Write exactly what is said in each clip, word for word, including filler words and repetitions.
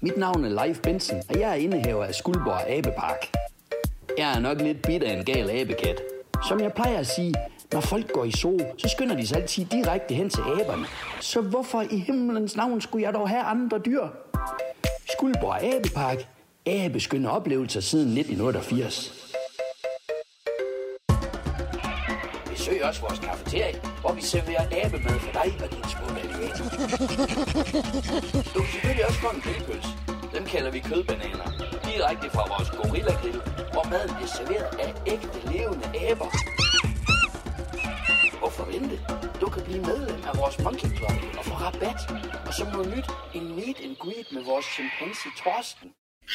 Mit navn er Leif Benson, og jeg er indehaver af Skuldborg Abepark. Jeg er nok lidt bit af en gal abekat. Som jeg plejer at sige, når folk går i zoo, så skynder de sig altid direkte hen til aberne. Så hvorfor i himlens navn skulle jeg dog have andre dyr? Skuldborg Abepark. Abeskønne oplevelser siden nitten otteogfirs. Besøg også vores kafeterie, hvor vi serverer abemad for dig og dine små valiater. Du kan selvfølgelig også få en grillpølse. Dem kalder vi kødbananer. Direkte fra vores gorilla-grill, hvor maden bliver serveret af ægte levende aber. Hvorfor vente? Du kan blive medlem af vores Monkey Club og få rabat. Og som noget nyt, en meet and greet med vores chimpanse Torsten.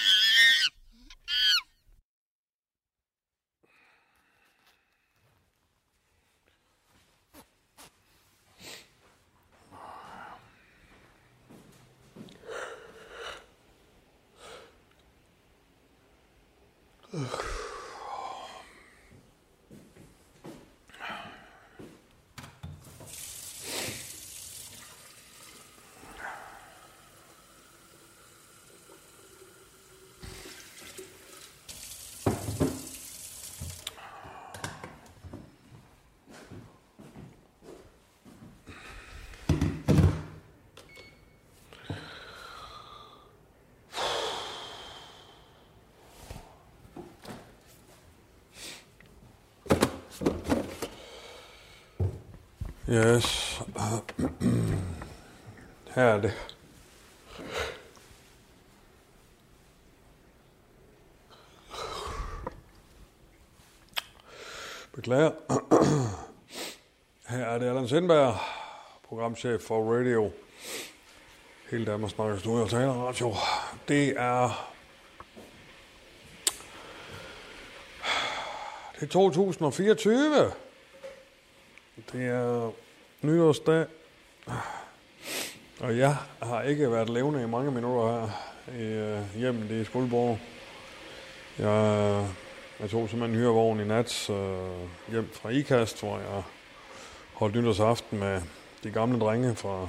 Yes. Her er det. Beklager. Her er det Allan Sindberg, programchef for radio. Hele Danmark snakker studie og taler radio. Det er... Det er to tusind og fireogtyve. Det er nytårsdag, og jeg har ikke været levende i mange minutter her i øh, hjemmet i Skuldborg. Jeg, jeg tog simpelthen en hyrevogn i nat øh, hjem fra Ikast, hvor jeg holdt nytårsaften med de gamle drenge fra,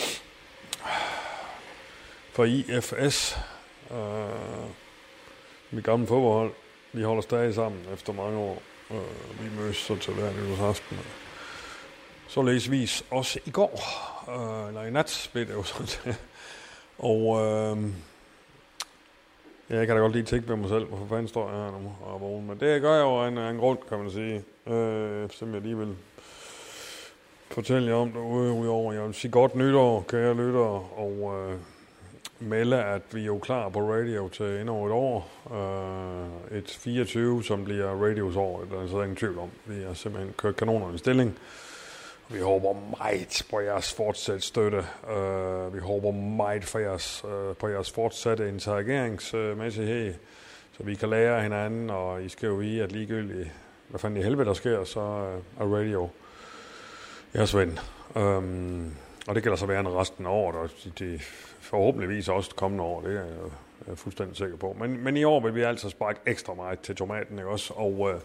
fra I F S. Øh, mit gamle fodboldhold. Vi holder stadig sammen efter mange år. Øh, vi mødes så til hver nytårsaften. Således også i går, øh, eller i nat, blev det jo sådan. Og øh, ja, jeg kan da godt lige tænke ved mig selv, hvorfor fanden står jeg her nu og vågen. Men det gør jeg jo af en, en grund, kan man sige, øh, som jeg lige vil fortælle jer om derude, udover. Jeg vil sige godt nytår, kære lyttere, og øh, melde, at vi er jo klar på radio til endnu et år. Øh, et fireogtyve, som bliver radios år, der er så ingen tvivl om. Vi har simpelthen kørt kanonerne i stilling. Vi håber meget på jeres fortsat støtte. Uh, vi håber meget for jeres, uh, på jeres fortsatte interageringsmæssighed, uh, så vi kan lære hinanden, og I skal jo vide, at ligegyldigt, hvad fanden i helvede der sker, så uh, er radio jeres ven. Um, og det gælder så værende resten af året, og det forhåbentligvis også kommende år, det er jeg, jeg er fuldstændig sikker på. Men, men i år vil vi altså sparke ekstra meget til tomaten, ikke også? Og... Uh,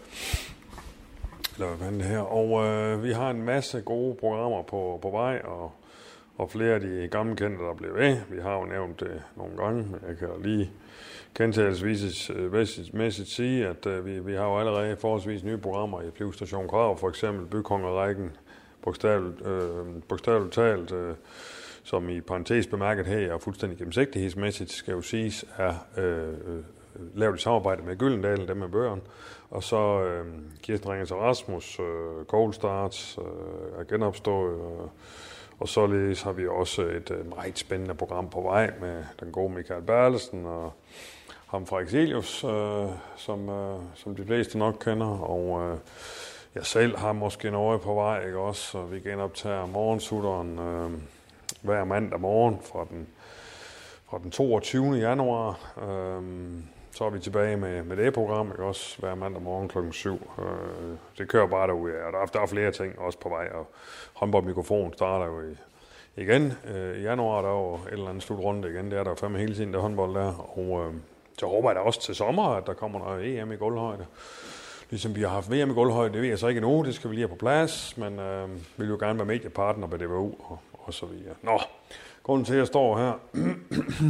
Her. Og øh, vi har en masse gode programmer på, på vej, og, og flere af de gamle kendte, der bliver ved. Vi har jo nævnt det nogle gange, men jeg kan lige gentagelsesmæssigt sige, at øh, vi, vi har jo allerede forholdsvis nye programmer i Flyvestation Krav, for eksempel Bykongerækken, bogstaveligt, øh, bogstaveligt talt, øh, som i parentes bemærket her, og fuldstændig gennemsigtighedsmæssigt skal jo siges, er øh, øh, lavet et samarbejde med Gyldendal, dem med bøgerne. Og så øh, Kirsten Ringens og Rasmus, øh, Cold Starts, øh, er genopstået. Øh, og således har vi også et øh, meget spændende program på vej med den gode Michael Berlesen og ham fra Exelius, øh, som, øh, som de fleste nok kender. Og øh, jeg selv har måske noget på vej, ikke også? Og vi genoptager morgensutteren øh, hver mandag morgen fra den, fra den toogtyvende januar. Øh, Så er vi tilbage med, med det program, ikke også, hver mandag morgen klokken syv. Øh, det kører bare derude, og der er, der er flere ting også på vej, og håndboldmikrofon starter jo i, igen. Øh, I januar der er jo et eller andet slutrunde igen, det er der jo fandme hele tiden, der håndbold der, og øh, så håber jeg da også til sommer, at der kommer noget E M i gulvhøjde. Ligesom vi har haft V M i gulvhøjde, det ved jeg så ikke endnu, det skal vi lige have på plads, men øh, vi vil jo gerne være mediepartner med D V U og, og så videre. Nå, grunden til, at jeg står her...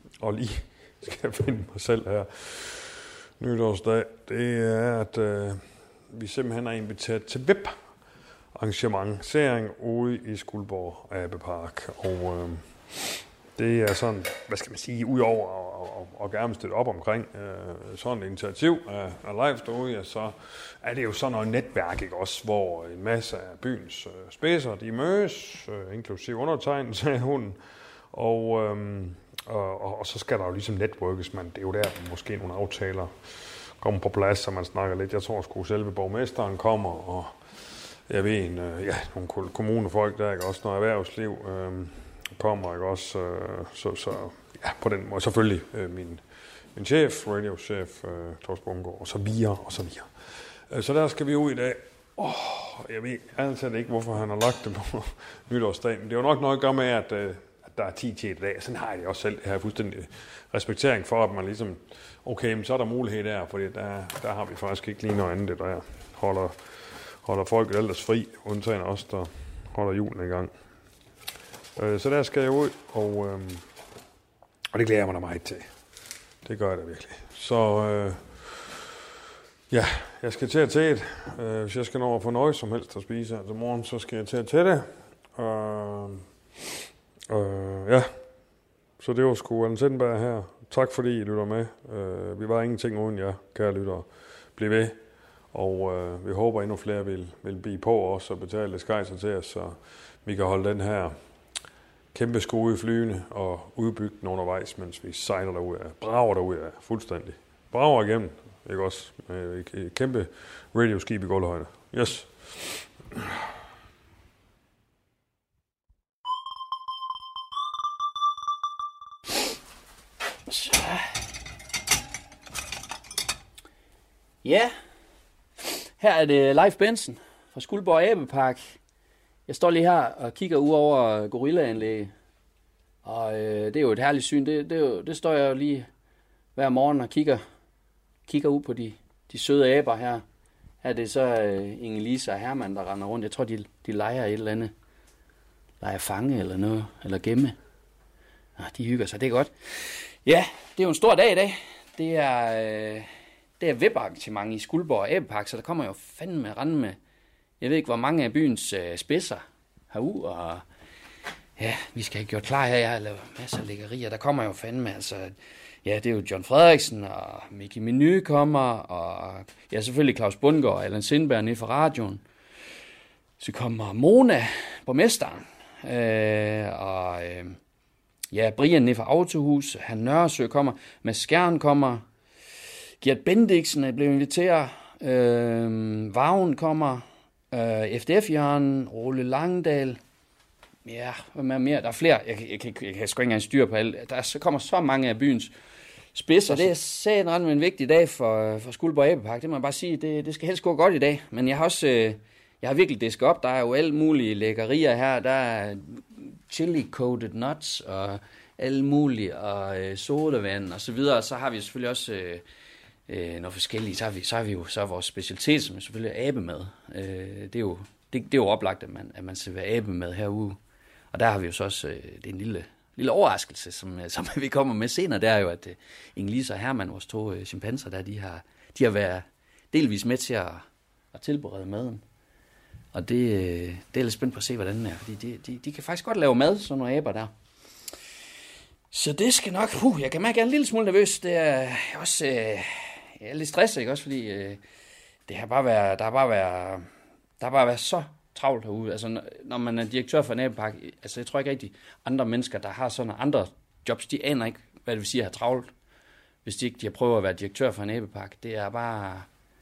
og lige skal jeg finde mig selv her nytårsdag, det er, at øh, vi simpelthen er inviteret til web-arrangement ude i Skuldborg Abepark. Og øh, det er sådan, hvad skal man sige, udover og, og gerne støtte op omkring øh, sådan et initiativ af, af Live derude, så er det jo sådan noget netværk, ikke også, hvor en masse af byens øh, spidser, de mødes, øh, inklusive undertegnet, sagde hun, og, øh, og, og, og så skal der jo ligesom networkes, men det er jo der, måske nogle aftaler kommer på plads, så man snakker lidt. Jeg tror sgu selve borgmesteren kommer, og jeg ved, en, øh, ja, nogle kommunefolk der, ikke også, noget erhvervsliv, øh, kommer, ikke også, øh, så, så ja, på den måde, selvfølgelig øh, min, min chef, radiochef, øh, Thors Bungård, og så videre, og så videre. Øh, så der skal vi ud i dag. Åh, oh, jeg ved altid ikke, hvorfor han har lagt det på nytårsdag, men det er jo nok noget at gøre med, at, øh, at der er ti til i dag. Sådan har jeg det også selv. Jeg har fuldstændig respektering for, at man ligesom, okay, men så er der mulighed der, fordi der, der har vi faktisk ikke lige noget andet, der holder, holder folk ellers fri, undtagen os, der holder julen i gang. Så der skal jeg ud, og, øhm, og det glæder jeg mig da meget til. Det gør jeg da virkelig. Så øh, ja, jeg skal til at tage det. Øh, hvis jeg skal nå at få noget som helst at spise til morgen, så skal jeg til at tage det. Øh, øh, ja, så det var sgu Allan Sindberg her. Tak fordi I lytter med. Øh, vi var ingenting uden jer, kære lyttere. Bliv ved. Og øh, vi håber endnu flere vil, vil blive på os og betale lidt skejser til os, så vi kan holde den her kæmpe skue i flyene og udbygge den undervejs, mens vi sejler derud af. Brager derud af, fuldstændig. Brager igennem, ikke også? Et kæmpe radioskib i gulvhøjde. Yes. Så. Ja, her er det Leif Bensen fra Skuldborg Abepark. Jeg står lige her og kigger ud over gorillaanlægget, og øh, det er jo et herligt syn. Det, det, er jo, det står jeg jo lige hver morgen og kigger, kigger ud på de, de søde aber her. Her er det så øh, Inge-Lise og Herman, der render rundt. Jeg tror, de, de leger et eller andet. Leger fange eller noget, eller gemme. Nå, de hygger sig, det er godt. Ja, det er jo en stor dag i dag. Det er, øh, det er webarrangement i Skuldborg Abepark, så der kommer jo fandme rende med. Jeg ved ikke, hvor mange af byens øh, spidser herude, og ja, vi skal have gjort klar her. Jeg har lavet masser af lækkerier. Der kommer jo fandme, altså, ja, det er jo John Frederiksen, og Mickey Meny kommer, og ja, selvfølgelig Claus Bundgaard og Allan Sindberg nede fra radioen. Så kommer Mona, borgmesteren, øh, og øh, ja, Brian nede fra Autohus, Han Nørresø kommer, Mads Skjern kommer, Gert Bendiksen er blevet inviteret, øh, Vagn kommer, Uh, F D F-jørgen, Ole Langdal, ja, hvad er mere? Der er flere, jeg, jeg, jeg, jeg, jeg kan sgu ikke engang styre på alt. Der så kommer så mange af byens spidser. Det er sat ret med en vigtig dag for, for Skuldborg Abepark. Det må jeg bare sige, det, det skal helst gå godt i dag. Men jeg har også, uh, jeg har virkelig disket op. Der er jo alle mulige lækkerier her. Der er chili-coated nuts og alle mulige, og uh, sodavand og så videre. Så har vi selvfølgelig også Uh, Øh, noget forskellige, så har vi, så har vi jo så vores specialitet, som er selvfølgelig abemad. Øh, det, er jo, det, det er jo oplagt, at man, at man serverer abemad herude. Og der har vi jo så også, øh, det er en lille, lille overraskelse, som, som vi kommer med senere, det er jo, at øh, Inge-Lise og Herman, vores to øh, chimpanser, der, de har, de har været delvis med til at, at tilberede maden. Og det, øh, det er lidt spændt på at se, hvordan den er, fordi de, de, de kan faktisk godt lave mad, sådan nogle aber der. Så det skal nok, uh, jeg kan mærke, at jeg er en lille smule nervøs. Det er også, øh, jeg er lidt stresset, ikke også, fordi øh, det har bare været, der har bare været, der har bare været så travlt herude. Altså, når man er direktør for en abepark, altså jeg tror ikke rigtig andre mennesker, der har sådan andre jobs, de aner ikke, hvad det vil sige at have travlt, hvis de ikke de har prøvet at være direktør for en abepark. Det er bare,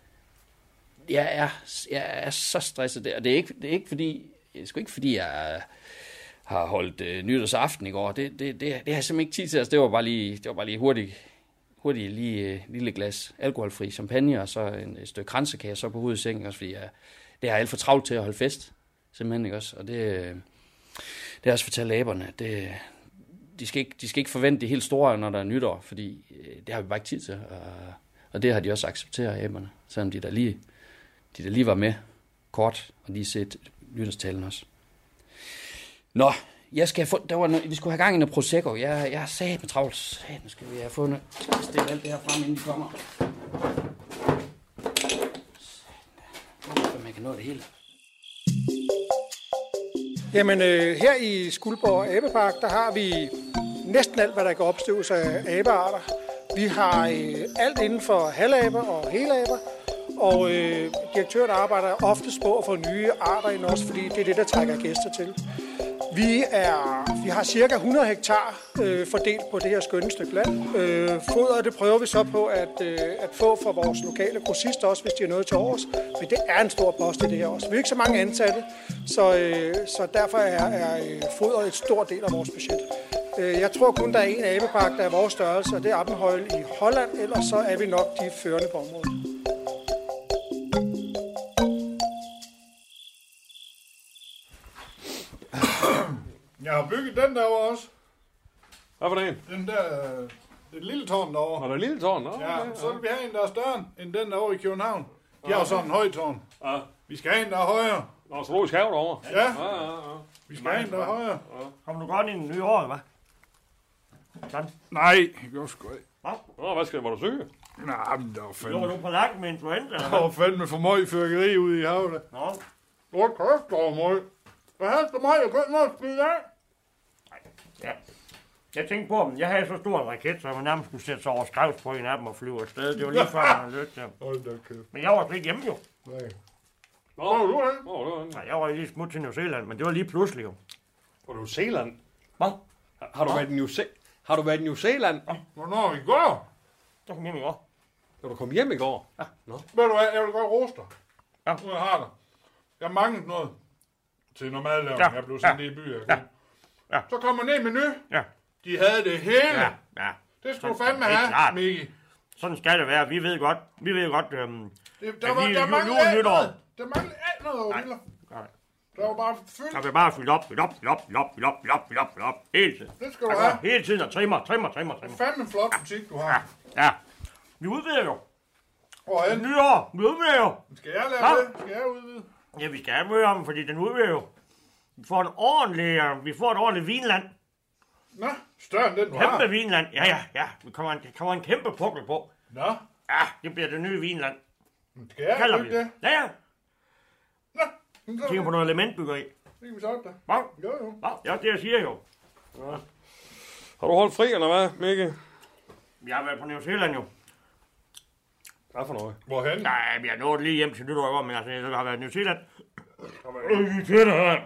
jeg er, jeg er så stresset der, og det er ikke, det er ikke fordi, det er sgu ikke fordi, jeg har holdt øh, nytårsaften i går. Det, det, det, det har jeg simpelthen ikke tid til. Altså, det var bare lige, det var bare lige hurtigt, hurtigt lige øh, lille glas alkoholfri champagne, og så en, et stykke kransekage, så på hovedet i sengen, også fordi jeg, det har jeg alt for travlt til at holde fest, simpelthen, ikke også? Og det, øh, det har også fortalt aberne, det, de, skal ikke, de skal ikke forvente det helt store, når der er nytår, fordi øh, det har vi bare ikke tid til, og, og det har de også accepteret, aberne, selvom de der lige, de der lige var med kort, og lige set nytårstalen også. Nå, Jeg skal få, der var noget, vi skulle have gang i noget Prosecco. Jeg, jeg har sat med travlt. Nu skal vi have fundet. Jeg skal stille alt det her frem, inden de kommer. Så man kan nå det hele. Jamen, øh, her i Skuldborg Abepark, der har vi næsten alt, hvad der kan opstøves af abearter. Vi har øh, alt inden for halvaber og helaber, og øh, direktøren arbejder oftest på at få nye arter ind også, fordi det er det, der trækker gæster til. Vi, er, vi har cirka hundrede hektar øh, fordelt på det her skønne stykke land. Øh, fodret, det prøver vi så på at, øh, at få fra vores lokale grossister også, hvis de er noget til års. Men det er en stor post i det her også. Vi er ikke så mange ansatte, så, øh, så derfor er, er fodret et stor del af vores budget. Øh, jeg tror kun, der er en abepark, der er vores størrelse, og det er Appenhøjle i Holland. Ellers så er vi nok de førende på området. Jeg har bygget den derovre også. Hvad for en? Den der, det lille tårn derovre. Og der er lille tårn, nå? Ja, Okay, så vil vi have en, der er større end den derovre i København. De har jo sådan en høj tårn. Ja. Vi skal have en, der er højere. Nå, zoologisk have derovre. Ja, Ja, ja, ja. vi skal have en, der er højere. Kommer du godt ind i det nye år, hva'? Sådan. Nej, det går sgu ikke. Nå, hvad skal det? Var du syg? Nej, men der var Lå fandme. du på lakken med influenza, eller Der hvad? var fandme for meget fyrkeri ude i havet. Nå, Hvor kæft, der var meget. Hvad helst der mig? Jeg kunne ikke nå at spille af. ja. Jeg tænkte på dem. Jeg havde så stor en raket, så man nærmest skulle sætte sig over skrevs på en af dem og flyve afsted. Det var lige før, man havde lyst til dem. Hold da kæft. Men jeg var slet ikke hjemme, jo. Nej. Nå, Hvor er du hen? Hvor er du henne? Nej, jeg var lige smut til New Zealand, men det var lige pludselig, jo. På New Zealand? Hvad? Har du været i New Zealand? Har du været i New Zealand? Hvornår i går? Så kom jeg hjem i går. Da du kom hjem i går? Ja. Nå. Ved du hvad, jeg vil godt rose dig. Ja. Nu jeg har dig. Jeg manglede noget til normallavning. Ja. Jeg blev sendt Ja. i byen. Ja. Ja. Så kommer jeg ned i menu. Ja. De havde det hele. Ja, ja. Det skulle du Sådan- fandme det er have, klart. Miki. Sådan skal det være. Vi ved godt, vi ved godt, øhm, Det, der, Ja, var, vi- der jul- manglede jul- alt nytår. noget. Der manglede alt noget over Nej. Villa. Nej. Der var bare fyldt. der vil bare fylde op, fylde op, fylde op, fylde op, fylde op, fylde op, fylde op, fylde op, hele tiden. Det skal du Altså, have. hele tiden og trimmer, trimmer, trimmer, trimmer. Fandme en flot butik, du Ja, har. ja. Vi udvider jo. Hvorhen? Nyår, vi udvider jo. Skal jeg lave Hva? det? Skal jeg udvide? Ja, vi skal have møde om, fordi den udvider jo. Vi får en ordentlig, øh, vi får et ordentligt vinland. Nå, større end den, du Kæmpe har. vinland. Ja, ja, ja. Vi kommer en, der kommer en kæmpe pukkel på. Nå, Ja, det bliver det nye vinland. skal jeg Kalder vi bygge det? det. Ja, ja. Nå, men så Tænker på noget elementbyggeri. det kan vi så da. Hvad? Jo, jo. Hvad? Ja, det jeg siger jo. Har du holdt fri, eller hvad, Mikke? Jeg har været på New Zealand jo. Hvad for noget? Hvorhen? Nej, jeg nåede lige hjem til nytår i går, men altså, jeg har været i New Zealand. Øh, Min fætter, han...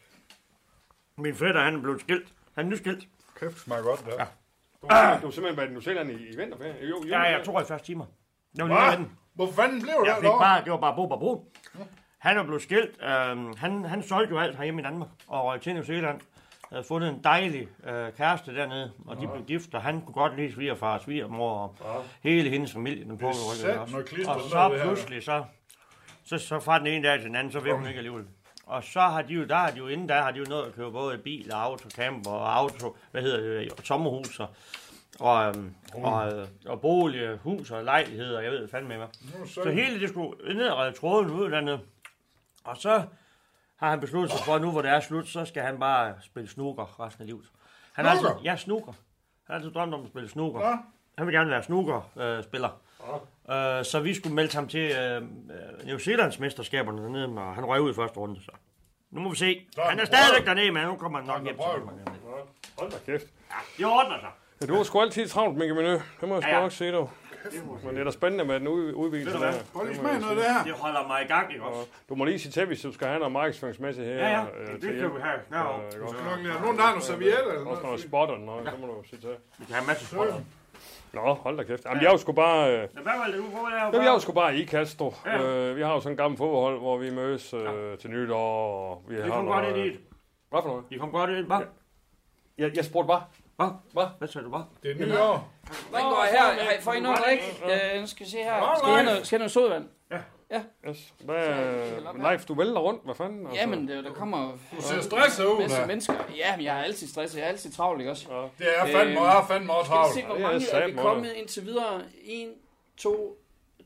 Min fætter, han er blevet skilt. Han er nyskilt. Kæft, det smager godt, der. Ja. Du, har- du har simpelthen været i New Zealand i, i vinterferie? Jo, Ja, jeg tooghalvfjerds timer. Det var lige med Hvad? den. Hvor fanden blev Jeg der fik derovre? bare, det var bare Bob og Brun. Han er blevet skilt. Øhm, han, han solgte jo alt herhjemme i Danmark og røg til New Zealand. Havde fundet en dejlig øh, kæreste dernede, og de blev gift, og han kunne godt lide svigerfar og svigermor og hele hendes familie. Den er sat noget klister og ned så det her. pludselig, så, så, så fra den ene dag til den anden, så vil hun ikke alligevel. Og så har de jo, der har de jo inden der har de jo nået at købe både bil og auto, camper og auto, hvad hedder det, og sommerhus og, og, øhm, og, øh, og bolig, hus og lejligheder, og jeg ved fandme hvad. Nu Så hele det skulle ned og redde tråden ud dernede. Og så har han besluttet sig for, at nu hvor det er slut, så skal han bare spille snooker resten af livet. Han har Snooker? altid, ja, snooker. Han har altid drømt om at spille snooker. Ja. Han vil gerne være snooker-spiller. Øh, så vi skulle melde ham til øh, New Zealands mesterskaberne dernede, og han røg ud i første runde. Så nu må vi se. Så er Han er han stadigvæk prøvet. dernede, men nu kommer han nok Han hjem har til prøvet. Danmark. Hold da kæft. Det ordner sig. Ja, du har sgu altid travlt, Mikke Menu. Det må jeg sgu Ja, ja. nok sige, du. Men det er da spændende med den ud- udvidelse Ved du der. hvad? Prøv lige Det må smag jeg noget af det her. Det holder mig i gang, ikke også? sige. Du må lige sige til, hvis du skal have noget markedsføringsmæssigt her. Ja, ja. øh, Det til skal hjælp. vi have. Ja, Øh, ikke også? Klokken er nogen, der har nogle servietter eller Også noget noget. spot eller noget, det må du sige til. Vi kan have masser af spotter. Nå, hold da kæft. Jamen, jeg er jo sgu bare... Øh, Men hvad var det, du får der? Jamen, jeg er jo sgu bare i Castro. Ja. Øh, vi har jo sådan en gammel fodboldhold, hvor vi mødes øh, til nytår, og vi Vi har kom godt ind i noget... det. Hvad for noget? Vi kom godt ind. Hvad? Jeg, jeg spurgte bare. Hvad? Hvad? Hvad sagde du bare? Det er nye år. Hvad går her? Har I- Får I noget at drikke? Øh, nu skal vi se her. Skal I have noget, skal I have noget sodavand? Yes. Hvad er... Leif, du vælter rundt. Hvad fanden? Altså? Jamen, det, der kommer Du ser stresset ud, masser af da. mennesker. Ja, men jeg er altid stresset. Jeg er altid travlt, ikke også? Det er fandme, Øh, jeg er fandme også Skal vi travlt. se, hvor Ja, mange er vi satme, kommet indtil videre? en, to,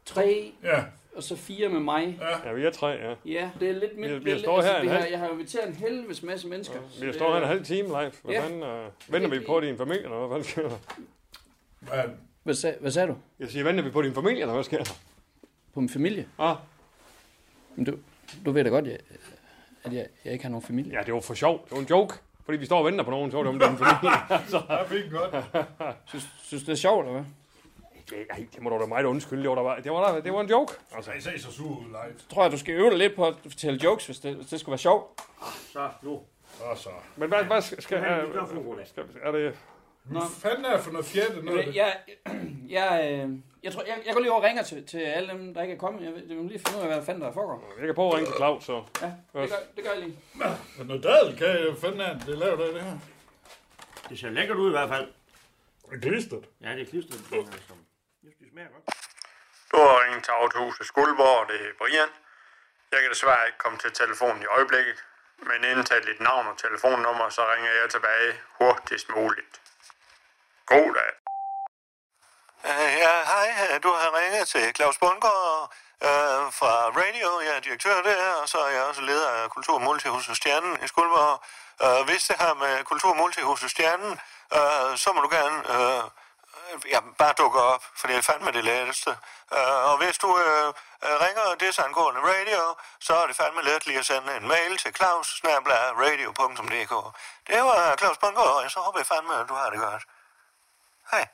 tre, Ja. og så fire med mig. Ja. Ja, vi er tre, ja. Ja, det er lidt mindre. Vi- vi står her en vi har, halv- jeg har inviteret en helvedes masse mennesker. Ja. Vi står her en halv time live. Hvad Ja. fanden, øh, venter vi på din familie, eller hvad sker der? Men, Hvad, sag, hvad sagde du? Jeg siger, venter vi på din familie, eller hvad sker der? På min familie? Ah. Men du, du ved da godt, jeg, at jeg, jeg ikke har nogen familie. Ja, det var for sjov. Det var en joke. Fordi vi står og venter på nogen, så var det om din familie. Altså. jeg fik godt. Synes, synes det er sjovt, eller hvad? Det, ej, det må du da meget undskylde. Det var, der, det var, der, det var en joke. Altså. I ser så sur ud live. Tror jeg, du skal øve dig lidt på at fortælle jokes, hvis det, hvis det skulle være sjovt. Så, nu. Så så. Men hvad, hvad skal... skal, have en er, mikrofon, Roland. skal er det... Hvad fanden er det for noget fjerde? Noget af det? Jeg, jeg, øh, jeg, tror, jeg, jeg går lige over og ringer til, til alle dem, der ikke er kommet. Jeg vil, jeg vil lige finde ud af, hvad fanden der foregår. Jeg kan prøve at ringe til Claus, så... Ja, det gør, det gør jeg lige. Men noget dadelkage, hvad fanden er det, det lavet af det her? Det ser lækkert ud i hvert fald. Det er klistret. Ja, det er klistret. Men altså, jeg synes, det smager godt. Du har ringet til Autohuset Skuldborg, det er Brian. Jeg kan desværre ikke komme til telefonen i øjeblikket, men indtal dit navn og telefonnummer, så ringer jeg tilbage hurtigst muligt. God dag. Ja, hej. Du har ringet til Claus Bundgaard øh, fra Radio. Jeg er direktør der, og så er jeg også leder af Kultur- og Multihuset Stjernen i Skuldborg. Øh, hvis det her med Kultur- og Multihuset Stjernen, øh, så må du gerne øh, ja, bare dukke op, for det er fandme det letteste. Øh, og hvis du øh, ringer desangående Radio, så er det fandme let lige at sende en mail til claus snabel-a radio punktum d k. Det var Claus Bundgaard, og så håber jeg fandme, at du har det godt. Hej.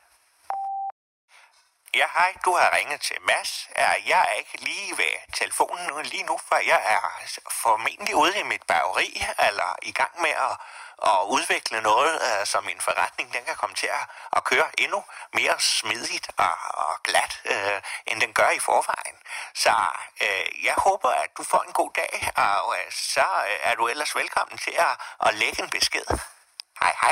Ja, hej, du har ringet til Mads. Jeg er ikke lige ved telefonen nu, lige nu, for jeg er formentlig ude i mit bageri, eller i gang med at, at udvikle noget, uh, så min forretning den kan komme til at, at køre endnu mere smidigt og, og glat, uh, end den gør i forvejen. Så uh, jeg håber, at du får en god dag, og uh, så uh, er du ellers velkommen til at, at lægge en besked. Hej, hej.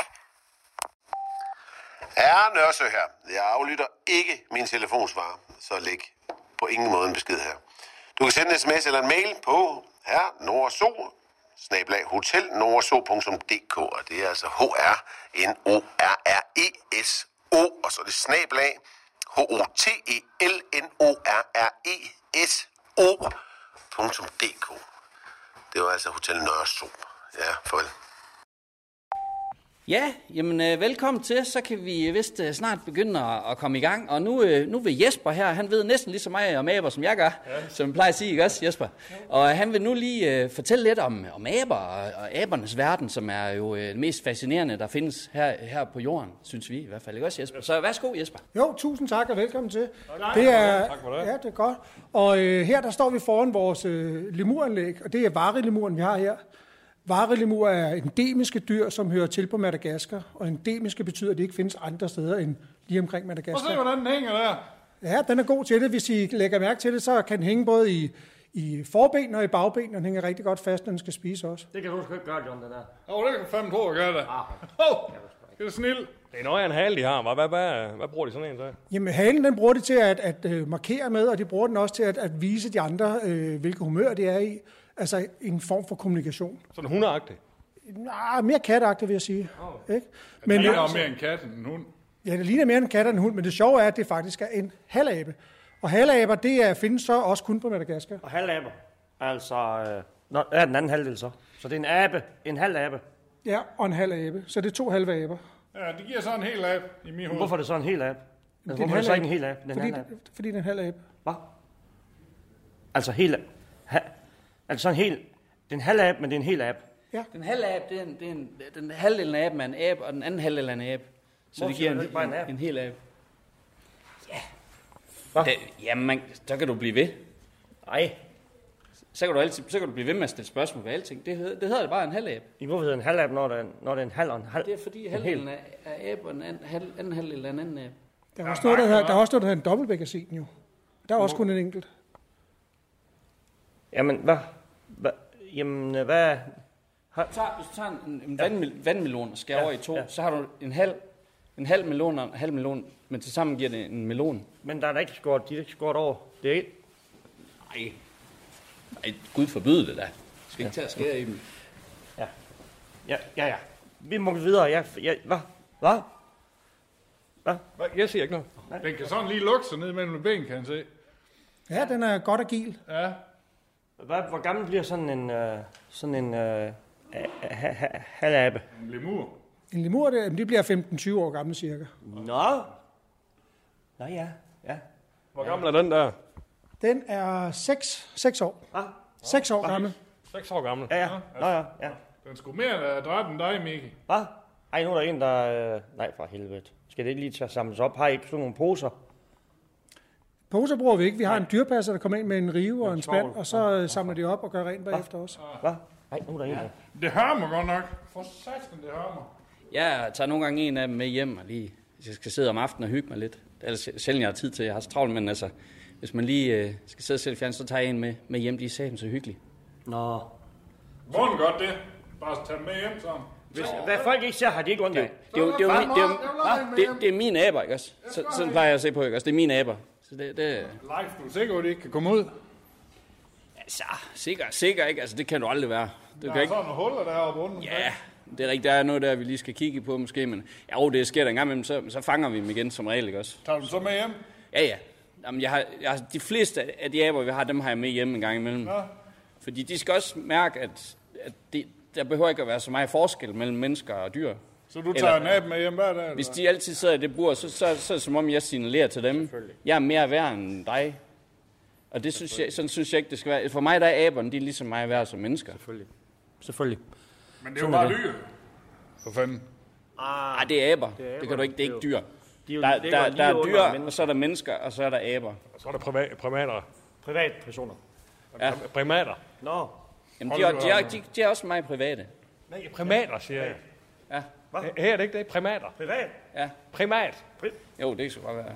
Herre Nørresø her. Jeg aflytter ikke min telefonsvarer, så læg på ingen måde en besked her. Du kan sende en sms eller en mail på herre Nordso, snabel-a hotelnordso punktum d k, og det er altså H R N O R R E S O, og så er det snabel-a H O T E L N O R R E S O punktum d k. Det var altså Hotel Nørresø. Ja, farvel. Ja, jamen øh, velkommen til. Så kan vi vist øh, snart begynde at, at komme i gang. Og nu, øh, nu vil Jesper her, han ved næsten lige så meget om aber, som jeg gør. Ja. Som jeg plejer at sige, ikke også, Jesper? Ja. Og øh, han vil nu lige øh, fortælle lidt om, om aber og, og abernes verden, som er jo øh, det mest fascinerende, der findes her, her på jorden, synes vi i hvert fald. Ikke også, Jesper? Så værsgo, Jesper. Jo, tusind tak og velkommen til. Det er, tak for det. Ja, det er godt. Og øh, her der står vi foran vores øh, lemuranlæg, og det er varelimuren, vi har her. Varelemur er endemiske dyr, som hører til på Madagaskar, og endemiske betyder, at de ikke findes andre steder end lige omkring Madagaskar. Prøv at se, hvordan den hænger der. Ja, den er god til det. Hvis I lægger mærke til det, så kan den hænge både i, i forben og i bagben, og den hænger rigtig godt fast, når den skal spise også. Det kan du sgu ikke gøre, John, den der. Åh, oh, det kan fandme tro, at gøre det. Åh, oh, det er snild. Det er noget af en hale, de har. Hvad, hvad, hvad, hvad bruger de sådan en til? Jamen, halen den bruger de til at, at, at markere med, og de bruger den også til at, at vise de andre, øh, hvilke humør de er i. Altså en form for kommunikation. Sådan hundeagtigt? Nej, mere katteagtigt, vil jeg sige. Oh. Ikke? Men det ligner mere en kat end en hund. Ja, det ligner mere en kat end en hund, men det sjove er, at det faktisk er en halabe. Og halaber, det er, findes så også kun på Madagaskar. Og halaber. Altså, øh, nå, er den anden halvdel så. Så det er en abe, en halv abe. Ja, og en halv abe. Så det er to halve aber. Ja, det giver så en hel abe i min hoved. Hvorfor er det så en hel abe? Altså, Det hvorfor er det så ikke en hel abe? Den fordi, halv abe? fordi det er en halv abe. Hvad? Altså helt... Ha, altså en hel... Det er en halv abe, men det er en hel abe. Ja. Den halve abe, det er, en, det er en, den halvdelen af aben er en abe, og den anden halvdel er en abe. Så Hvorfor det giver er det en, ikke bare en en, abe? en hel abe. Hvad? Det, jamen, man, så kan du blive ved. Nej. Så kan du, altid, så kan du blive ved med at stille spørgsmål ved alting. Det, hedder- det hedder det bare en halv abe. Hvorfor hedder det en halv abe, når det er en, når det er en halv og en halv? Det er fordi en halvdelen af, af abe, og den anden, halv, anden halvdel er en anden abe. Der er Ja, også noget, der nej, hedder, der er ja. også noget, der hedder en dobbeltbækkasin jo. Der er også kun en enkelt. Jamen, hvad? Hva? Jamen, øh, hvad? Så, hvis du tager en, en vandmel, vandmelon og skærer Ja, over i to, ja. så har du en halv, en halv melon og en halv melon, men til sammen giver det en melon. Men der er da ikke skåret, de er ikke skåret over. Det er ikke... Nej. Nej, Gud forbyde det da. Du skal ikke tage at skære i dem. Ja, ja, ja. Vi må gå videre. Jeg, jeg, hvad? Hvad? Hvad? Jeg siger ikke noget. Den kan sådan lige lukke sig ned mellem ben, kan han se. Ja, den er godt agil. Ja. Hvad, hvor gammel bliver sådan en, øh, sådan en øh, ha- ha- halabe? En lemur. En lemur, det, det bliver femten tyve år gammel cirka. Nå. Nå ja, ja. Hvor gammel er den der? Den er seks år. Ah. seks år gammel. seks år gammel. Ja, ja. Nå ja, ja. Den skulle mere dræbe end dig, Miki. Hvad? Ej, nu er der en, der... Øh... Nej, for helvede. Skal det ikke lige tage samles op? Har I ikke sådan nogle poser? Poser bruger vi ikke. Vi har en dyrpasser, der kommer ind med en rive og en spand, og så øh, samler de op og gør rent bagefter også. Hvad? Nej, nu er der en, der... Det harmer godt nok. For satan, det harmer. Jeg tager nogle gange en af dem med hjem og lige, hvis jeg skal sidde om aftenen og hygge mig lidt. Ellers sjældent jeg har tid til, jeg har så travlt, men altså, hvis man lige øh, skal sidde og sætte fjern, så tager jeg en med, med hjem, de er sammen så hyggeligt. Nå. Hvor er den godt det? Bare tage dem med hjem sammen. Hvis, hvad folk ikke ser, har de ikke ondt af. Det er jo, det er jo, min- det er jo, det, det er mine aber, ikke også? Så, sådan plejer jeg at se på, ikke også? Det er mine aber. Så det, det... Leif, du er sikker på, at det ikke kan komme ud? Altså, sikker, sikker ikke. Altså, det kan du aldrig være. Du Der kan er ikke... sådan nogle huller deroppe under. Ja, det er rigtigt. Der er noget der, vi lige skal kigge på måske, men jo, det sker der engang imellem, så, så fanger vi dem igen som regel, ikke også? Tager du så med hjem? Ja, ja. Jamen, jeg har, jeg har, de fleste af de aber, vi har, dem har jeg med hjemme en gang imellem. Ja. Fordi de skal også mærke, at, at det, der behøver ikke at være så meget forskel mellem mennesker og dyr. Så du tager en abe med hjem hver dag? Hvis de altid sidder i det bur, så, så, så, så er det som om, jeg signalerer til dem. Jeg er mere værd end dig. Og det synes jeg, sådan synes jeg ikke, det skal være. For mig der er aberne, de er ligesom mig værd som mennesker. Selvfølgelig. Selvfølgelig. Men det er jo bare dyr. For fanden. Ah, det er aber. Det, det kan du ikke. Det er ikke dyr. De er jo, Der, det der, er der er lige dyr, under og så er der mennesker, og så er der aber. Og så er der privat, primater. privatpersoner. Ja. Primater. Nå. Jamen, de, er, de, er, de, de er også meget private. Nej, primater, siger jeg. Ja. Her er det ikke det, primater. Privat? Ja. Primat. Jo, det skal godt være.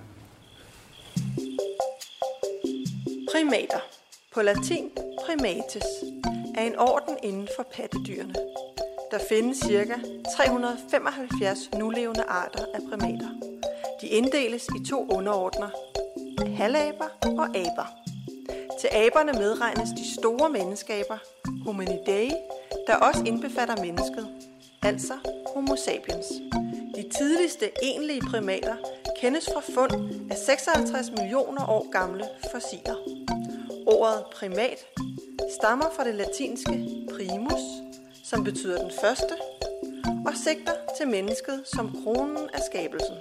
Primater, på latin primates, er en orden inden for pattedyrene. Der findes ca. tre hundrede femoghalvfjerds nulevende arter af primater. De inddeles i to underordner, halaber og aber. Til aberne medregnes de store menneskeaber, Hominidae, der også indbefatter mennesket, altså Homo sapiens. De tidligste egentlige primater kendes fra fund af seksoghalvtreds millioner år gamle fossiler. Ordet primat stammer fra det latinske primus, som betyder den første, og sigter til mennesket som kronen af skabelsen.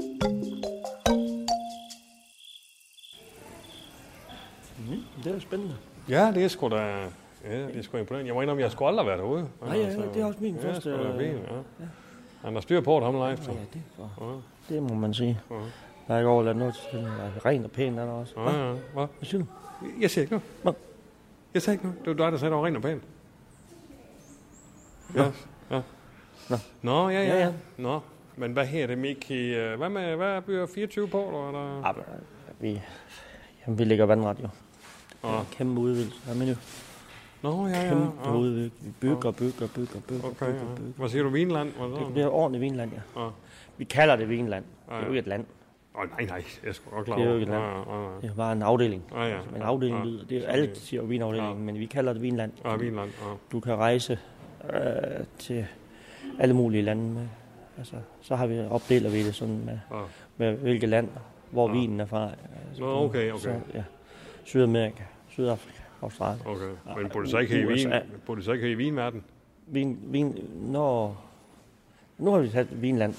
Mm, det er jo spændende. Ja, det er sgu da... Ja, det er sgu imponerende. Jeg må indrømme, jeg skulle aldrig være derude. Nej, ja, det er også min ja, første... Ja, det er fint, ja. ja. Han har styr på det, ham live. Ja, det, for, ja. Det må man sige. Ja. Der er ikke overladt noget til den. Der ren og pæn, der er der også. Ja, ja. Hvad? Hvad siger du? Jeg siger ikke noget. Hvad? Jeg siger ikke noget. Det var dig, der sagde, der var ren og pæn. Ja. Ja. Nå. Nå, ja, ja. Ja, ja. Nå, men hvad her det, Miki? Hvad med, hvad bliver fireogtyve på, eller? Ja, vi, jamen, vi ligger vandret, jo. Det er Ja. en kæmpe udvidelse. Ja, men jo. Nå, ja, ja. Kæmpe ja. udvidelse. Vi bygger, bygger, bygger, bygger, Okay, bygger, ja. bygger. Hvad siger du, Vinland? Hvad Det bliver ordentligt Vinland, ja. Ja. Vi kalder det Vinland. Det er Ja, jo ja. ikke et land. Åh, oh, nej, nej. Jeg skulle godt klar Det er jo over. ikke et land. Ja, ja, ja. Det er bare en afdeling. Ja, ja. Som en afdeling Ja. lyder. Det er alle, der siger jo vinafdelingen, Ja. men vi kalder det Vinland. Ja, Vinland, ja. Du kan rejse øh, til alle mulige lande med. Altså, så har vi opdeler vi det sådan med, Ja. med hvilket land, hvor Ja. vinen er fra. Altså, Nå, okay, okay. Så, ja. Sydamerika, Sydafrika, Australien. Okay. Men burde det så ikke her i U S A. Wien? Burde det så ikke her i Vinverden? Vin, vin, når, nu har vi sat Vinland.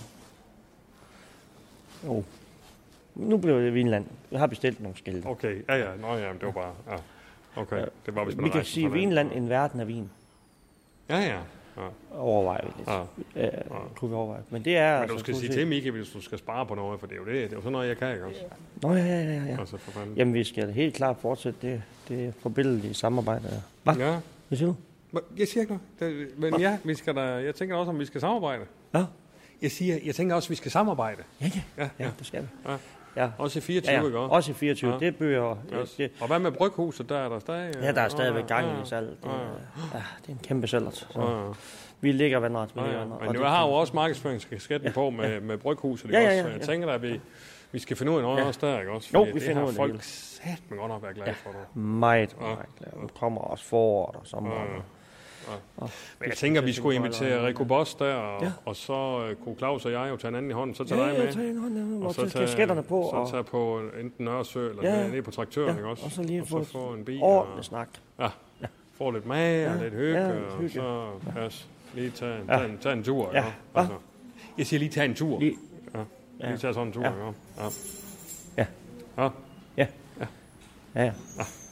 Jo. Nu bliver det Vinland. Jeg har bestilt nogle skilte. Okay, ja, ja. Nå, ja, men det var bare... Ja. Okay, det var, hvis man Vi kan rejste sige fra det. Vinland, en verden af vin. Ja, ja. ja. Overvejer vi lidt. Ja. Øh, kunne vi overveje. Men det er... Men du altså, skal kunne sige se- til, Miki, hvis du skal spare på noget, for det er jo, det, det er jo sådan noget, jeg kan, ikke også? Nå, ja, ja, ja. ja. Altså, for fanden. Jamen, vi skal helt klart fortsætte det, det forbindelige samarbejde. Hvad? Ja. Hvad siger du? Men Jeg siger ikke noget. Det, men ja, vi skal da, jeg tænker også, om vi skal samarbejde. Ja. Jeg siger, jeg tænker også, at vi skal samarbejde. Ja, ja. Ja, Ja, ja. det skal vi. Ja. Ja. Også i fireogtyve, Ja, ikke ja. også? Også i fireogtyve. Ja. Det bøger... Yes. Det, Og hvad med bryghuset, der er der stadig? ja, der er stadigvæk gang ja, i salg. Det, ja, er- ja, det er en kæmpe sælger. Så ja, ja. vi ligger vandret. Vi Ja, ligger ja. vandret. Men Og nu det- har jo også markedsføringskasketten Ja, på med, ja. med bryghuset, ikke Ja, ja, også? ja, Så jeg ja. tænker da, at vi, vi skal finde ud af noget Ja. også der, ikke også? Jo, Fordi vi det finder har ud af det folk hele. satme godt nok været glade for. Du. Meget. Ja. meget glad. Der kommer også foråret og sommer. Ja, ja. Ja. Men jeg tænker, vi skulle invitere Rico Boss der, og, ja. og så uh, kunne Claus og jeg jo tage en anden i hånden, så tage ja, dig med. Ja, tage en hånd, og så tage kasketterne på. Så og... tage på enten Nørresø, eller ja. ned på traktøren, ja. ikke også? Og så lige og få, så få en bil. ordentligt og... snak. Ja, ja. Få lidt mad og ja. lidt hygge, ja, og hygge. så pas, lige tage, ja. tage, en, tage en tur. Ja. Altså, jeg siger lige tage en tur. Lige, ja. lige tage sådan en tur. Ja. Ja. Ja. Ja. Ja. Ja. Ja. Ja.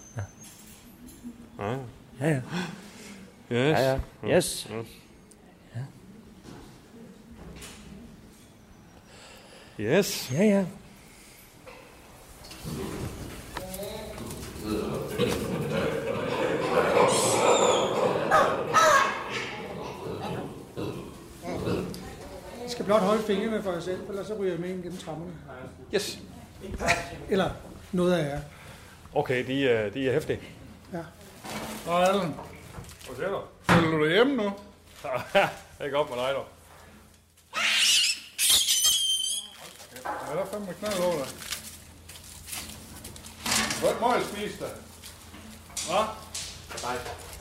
Ja. Ja. Ja. Yes. Ja, ja. Yes. Yes. Ja. Yes. Ja, ja. I skal blot holde fingrene for jer selv, ellers så ryger jeg med ind gennem trapperne. Yes. Eller noget af jer. Okay, de er, de er hæftige. Ja. Nå, Allen. Hvad siger du? Følger du hjemme nu? Ikke op med dig, dog. Ja, der er fandme knald over dig. Hvad må jeg spise dig? Hvad? Nej.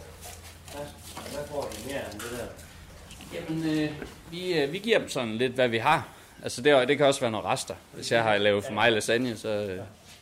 Hvad får de mere end det der? Jamen, øh, vi, øh, vi giver dem sådan lidt, hvad vi har. Altså, det, det kan også være nogle rester. Hvis jeg har lavet for mig lasagne, så, øh,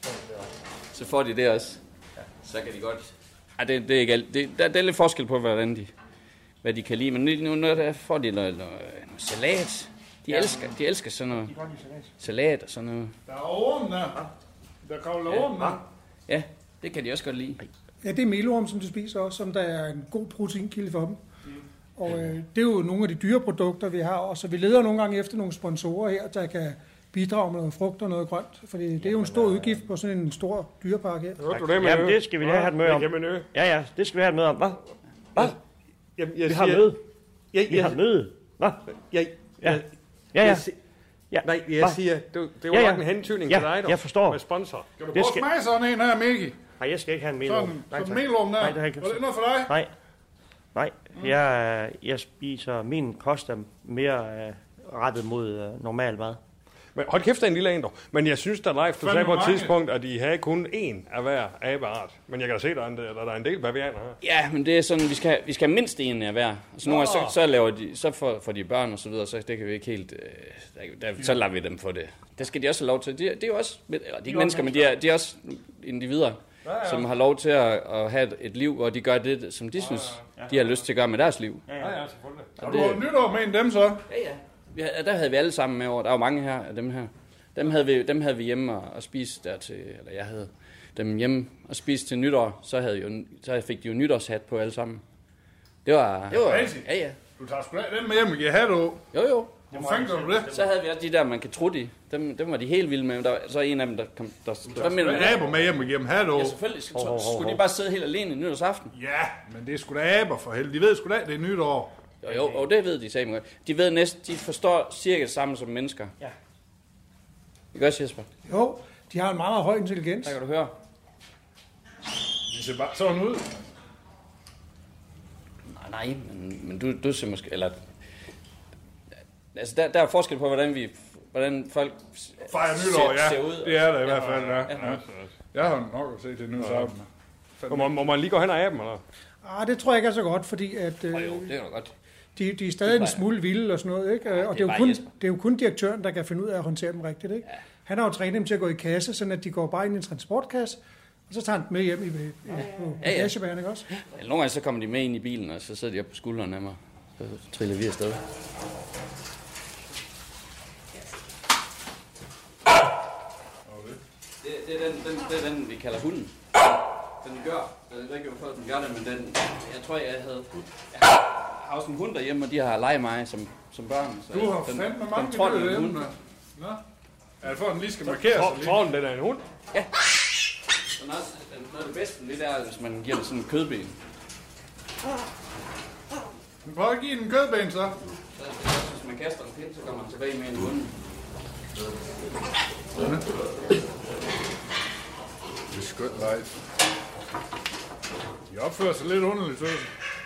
så får de det også. Så kan de godt... Ej, det, det er ikke alt. Det, der, der er lidt forskel på, hvordan de, hvad de kan lide. Men nu, nu der får de noget, noget, noget salat. De elsker, de elsker sådan noget salat og sådan noget. Der er ormen der. Der kravler ja. ormen der. Ja, det kan de også godt lide. Ja, det er melorm, som de spiser også, som der er en god proteinkilde for dem. Og øh, det er jo nogle af de dyre produkter, vi har også. Så vi leder nogle gange efter nogle sponsorer her, der kan bidrage med noget frugt og noget grønt. Fordi det er jo en stor udgift på sådan en stor dyrepark her. Hørte du det med? Jamen, det skal vi da have et møde om. Ja, ja, det skal vi have et møde om. Hvad? Hvad? Jeg, jeg vi har siger, møde. Jeg, vi har møde. Hvad? Jeg, ja. Jeg, ja, ja. Jeg, ja. Nej, jeg Hva? siger, det, det var ja, ja. nok en hentydning ja, til dig, dog. Jeg forstår. Med sponsor. Kan du prøve at smage sådan en her, Mikkel? Nej, jeg skal ikke have en melorm. Sådan, sådan en melorm der. Nej, det, var det noget for dig? Nej. Nej, mm. jeg, jeg spiser, min kost er mere uh, rettet mod uh, normal mad. Men hold kæft, der er en lille en dog. Men jeg synes, der Leif, du sagde på et tidspunkt, at de havde kun én af hver abeart. Men jeg kan se, at der er en, der, der er en del bavianer her. Ja, men det er sådan, vi skal, vi skal have mindst en af hver. Altså, nogle gange, så, så laver de, så får, får de børn og så videre, så det kan vi ikke helt, øh, der, der, så lader vi dem få det. Det skal de også have lov til. De, det er jo også, eller, de er ikke mennesker, men de er, de er også individer, ja, ja. som har lov til at, at have et, et liv, hvor de gør det, som de synes, ja, ja. de har lyst til at gøre med deres liv. Ja, ja, ja selvfølgelig. Har du holdt nytår med en dem så? Ja, ja. Vi, der havde vi alle sammen med over. Der er jo mange her af dem her. Dem havde vi, dem havde vi hjemme og, og spise der til, eller jeg havde dem hjemme og spise til nytår. Så, havde jo, så fik de jo nytårshat på alle sammen. Det var... Det var ja, ja. Du tager sgu da dem med hjem og giver hat på. Jo, jo. Hvor fanden gør du det? Så havde vi også de der, man kan trutte i. Dem, dem var de helt vilde med. Der var så en af dem, der kom... Der, du tager sgu da aber med hjem og giver dem hat på. Ja, selvfølgelig. Så, oh, oh, oh. Skulle de bare sidde helt alene i nytårsaften? Ja, men det er sgu da aber for helvede. De ved sgu da, det er nytår. Jo, jo, og det ved de sagde mig. De ved næsten, de forstår cirka det samme som mennesker. Ja. Ikke også, Jesper? Jo, de har en meget, meget høj intelligens. Der kan du høre. De ser bare sådan ud. Nej, nej, men, men du, du ser måske... Eller, altså, der, der er forskel på, hvordan vi... Hvordan folk fejrer nytår, ja. Ser ud. Det er der i hvert fald, ja. ja. ja. Jeg har nok at se til nytårsaften. Må, må man lige gå hen og aben, eller? Ah, det tror jeg ikke er så godt, fordi at... Øh, oh, jo, det er jo godt. De, de er stadig en smule vilde og sådan noget, ikke? Ja, og det er, det, er kun, det er jo kun direktøren, der kan finde ud af at håndtere dem rigtigt, ikke? Ja. Han har jo trænet dem til at gå i kasse, sådan at de går bare ind i en transportkasse, og så tager han dem med hjem i, i, ja. på bagagebæren, ja, ja. ikke også? Ja, nogle gange så kommer de med ind i bilen, og så sidder de op på skulderen af mig, så triller vi afsted. Det, det, er den, den, det er den, vi kalder hunden. Den gør, jeg ved ikke, hvorfor den gør det, men den, jeg tror, jeg havde... Jeg har også en hund derhjemme, og de har leget mig som, som børn. Så du har den, fandme mange den, den dyr derhjemme. Nå? Er det for, at den lige skal markere sig lidt? Tror den, den er en hund? Ja. Den er også, noget af det bedste, det er, hvis man giver den sådan en kødben. Prøv at give den en kødben, så. Så hvis man kaster en pind, så kommer man tilbage med en hund. Det er skønt live. De opfører sig lidt underligt, så.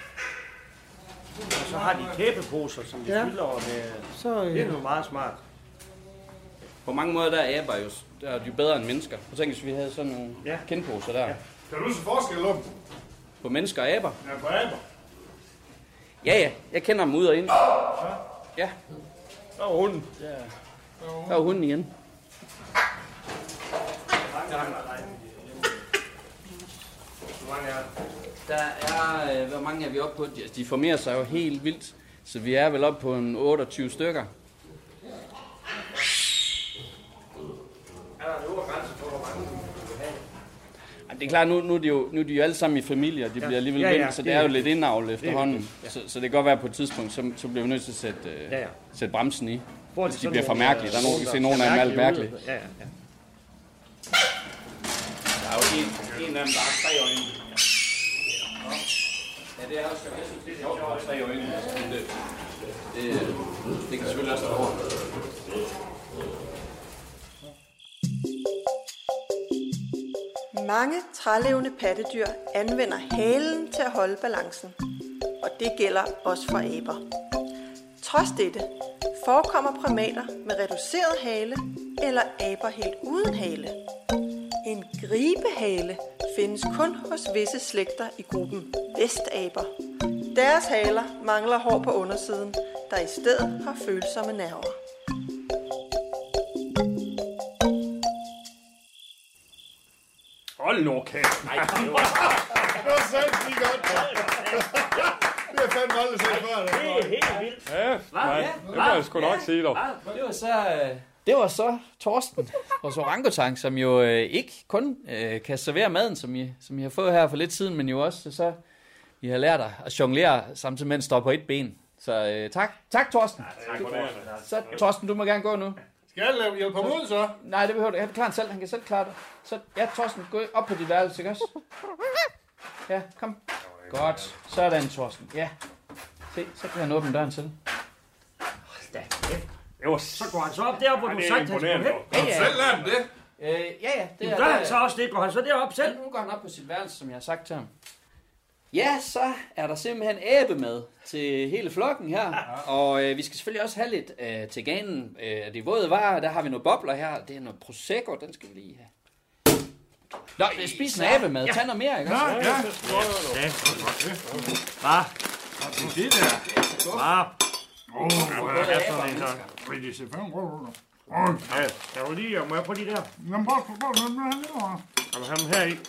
Og så har de kæbeposer, som de ja. fylder over med. Så, øh, det er jo meget smart. På mange måder der er aber jo, der er de bedre end mennesker. Og tænk, hvis vi havde sådan nogle ja. kendposer der. Ja. Kan du se forskel om? På mennesker og aber? Ja, på aber. Ja, ja. Jeg kender dem ud og ind. Ja. Der var hunden. Ja. Der var hunden igen. Der er, øh, hvor mange er vi oppe på? De, de formerer sig jo helt vildt, så vi er vel oppe på en otteogtyve stykker. Er der en øvre grænse for, hvor mange du vil have? Det er klart, nu, nu, er de jo, nu er de jo alle sammen i familie, og de ja. bliver alligevel ja, ja, vendt, så det er jo lidt indavlet efterhånden. Ja. Så, så det kan godt være på et tidspunkt, så, så bliver vi nødt til at sætte, øh, ja, ja. sætte bremsen i, hvis de bliver for mærkelige. Der er nogen, der kan se nogen af dem alt mærkelige. Ja, ja, ja. Der er jo en, en af dem, der har tre øjne. Ja, det er også, jeg synes, det er jo tre øjne. Det, det, det kan selvfølgelig også være over. Mange trælevende pattedyr anvender halen til at holde balancen, og det gælder også for aber. Trods dette forekommer primater med reduceret hale eller aber helt uden hale. En gribehale findes kun hos visse slægter i gruppen vestaber. Deres haler mangler hår på undersiden, der i stedet har følsomme nerver. Hold nu kæft. Nej, det var sandt lige godt. Det er fandme aldrig set før. Det er helt vildt. Ja, nej, det må jeg sgu nok sige dog. Det var så, det var så Torsten hos Orangutang, som jo øh, ikke kun øh, kan servere maden, som I, som I har fået her for lidt siden, men jo også så I har lært at jonglere samtidig med at stå på et ben. Så øh, tak. Tak, Torsten. Ja, tak for det. Så Torsten, du må gerne gå nu. Skal jeg hjælpe ham ud, så? Nej, det behøver du. Han kan klare han selv. Han kan selv klare det. Så, ja, Torsten, gå op på dit værelse, ikke også? Ja, kom. Godt. Sådan, Torsten. Ja. Se, så kan han åbne døren selv. Jo, så går han så op deroppe, hvor du sagt, han skal gå hen. Ja, ja. Selv lader han det? Øh, ja, ja. Det er, gør han så også det. Går han så derop selv? Ja, nu går han op på sit værelse, som jeg har sagt til ham. Ja, så er der simpelthen æbe med til hele flokken her. Ja. Og øh, vi skal selvfølgelig også have lidt øh, til ganen af øh, de våde varer. Der har vi nogle bobler her. Det er noget Prosecco, den skal vi lige have. Nå, det er spise en æbe med. Tag noget mere, ikke også? Ja, ja. Ja, hvad? Det er det der. Hvad? Åh, hvad er sådan en her? Men det ser fandme godt ud. Ja, kan du lige, må jeg prøve de der? Jamen, prøv, prøv, prøv, prøv, prøv, Jamen, have dem her i.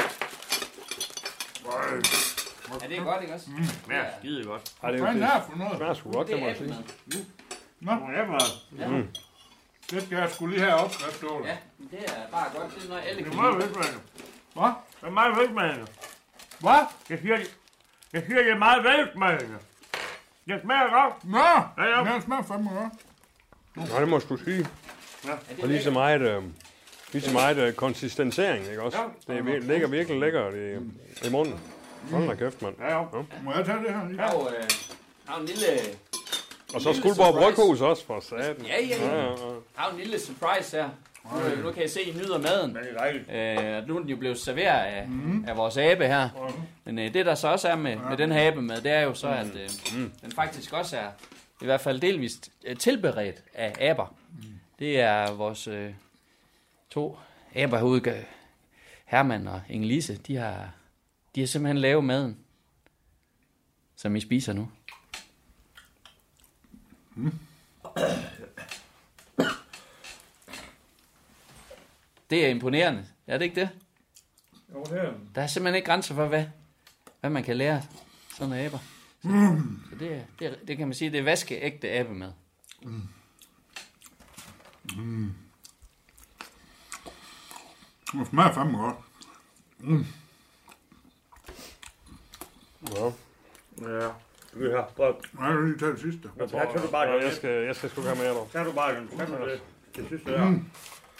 Ja, det er godt, ikke også? Mm. Ja, skide godt. Hvad er det her for noget? Det er sgu godt, det må jeg sige. Nå, ja, ja. Mm. Det skal jeg sgu lige have opskrift over. Ja, det er bare godt. Det er noget, alle kan lide. Det er meget velsmagende. Hvad? Det er meget velsmagende. Hvad? Jeg siger, jeg siger, det er meget velsmagende. Det smager godt. Nå, ja, ja. Det smager fandme godt. Nej, det må jeg sgu sige. Ja. Og lige så meget, øh, lige så meget øh, konsistensering, ikke også? Ja. Det vir- ligger virkelig lækkert i, i munden. Hold da kæft, mand. Ja, ja. Må jeg tage det her lige? Der er jo øh, der er en lille... Og så Skuldborg Bryghus også, for satan. Ja, ja, ja. Der er jo en lille surprise her. Nu, nu kan I se, at I nyder maden. Det er dejligt. Øh, nu er den jo blevet serveret af, mm. af vores abe her. Men øh, det, der så også er med, med den her abe med, det er jo så, at øh, mm. den faktisk også er i hvert fald delvist tilberedt af aber. Mm. Det er vores øh, to aber herude, Herman og Inge-Lise, de har, de har simpelthen lavet maden, som I spiser nu. Mm. Det er imponerende. Er det ikke det? Jo, det er. Der er simpelthen ikke grænser for, hvad, hvad man kan lære sådan en aber. Så, mm. så det, er, det, er, det kan man sige, det er vaskeægte abemad. Mm. Mm. Det smager fandme godt. Mm. Ja. Ja. Vi har prøvet. Nej, du lige tage det sidste. Ja, tager du bare ja, jeg skal, jeg skal sgu have med dig. Tager du bare den. Tager du det, det sidste der. Mm.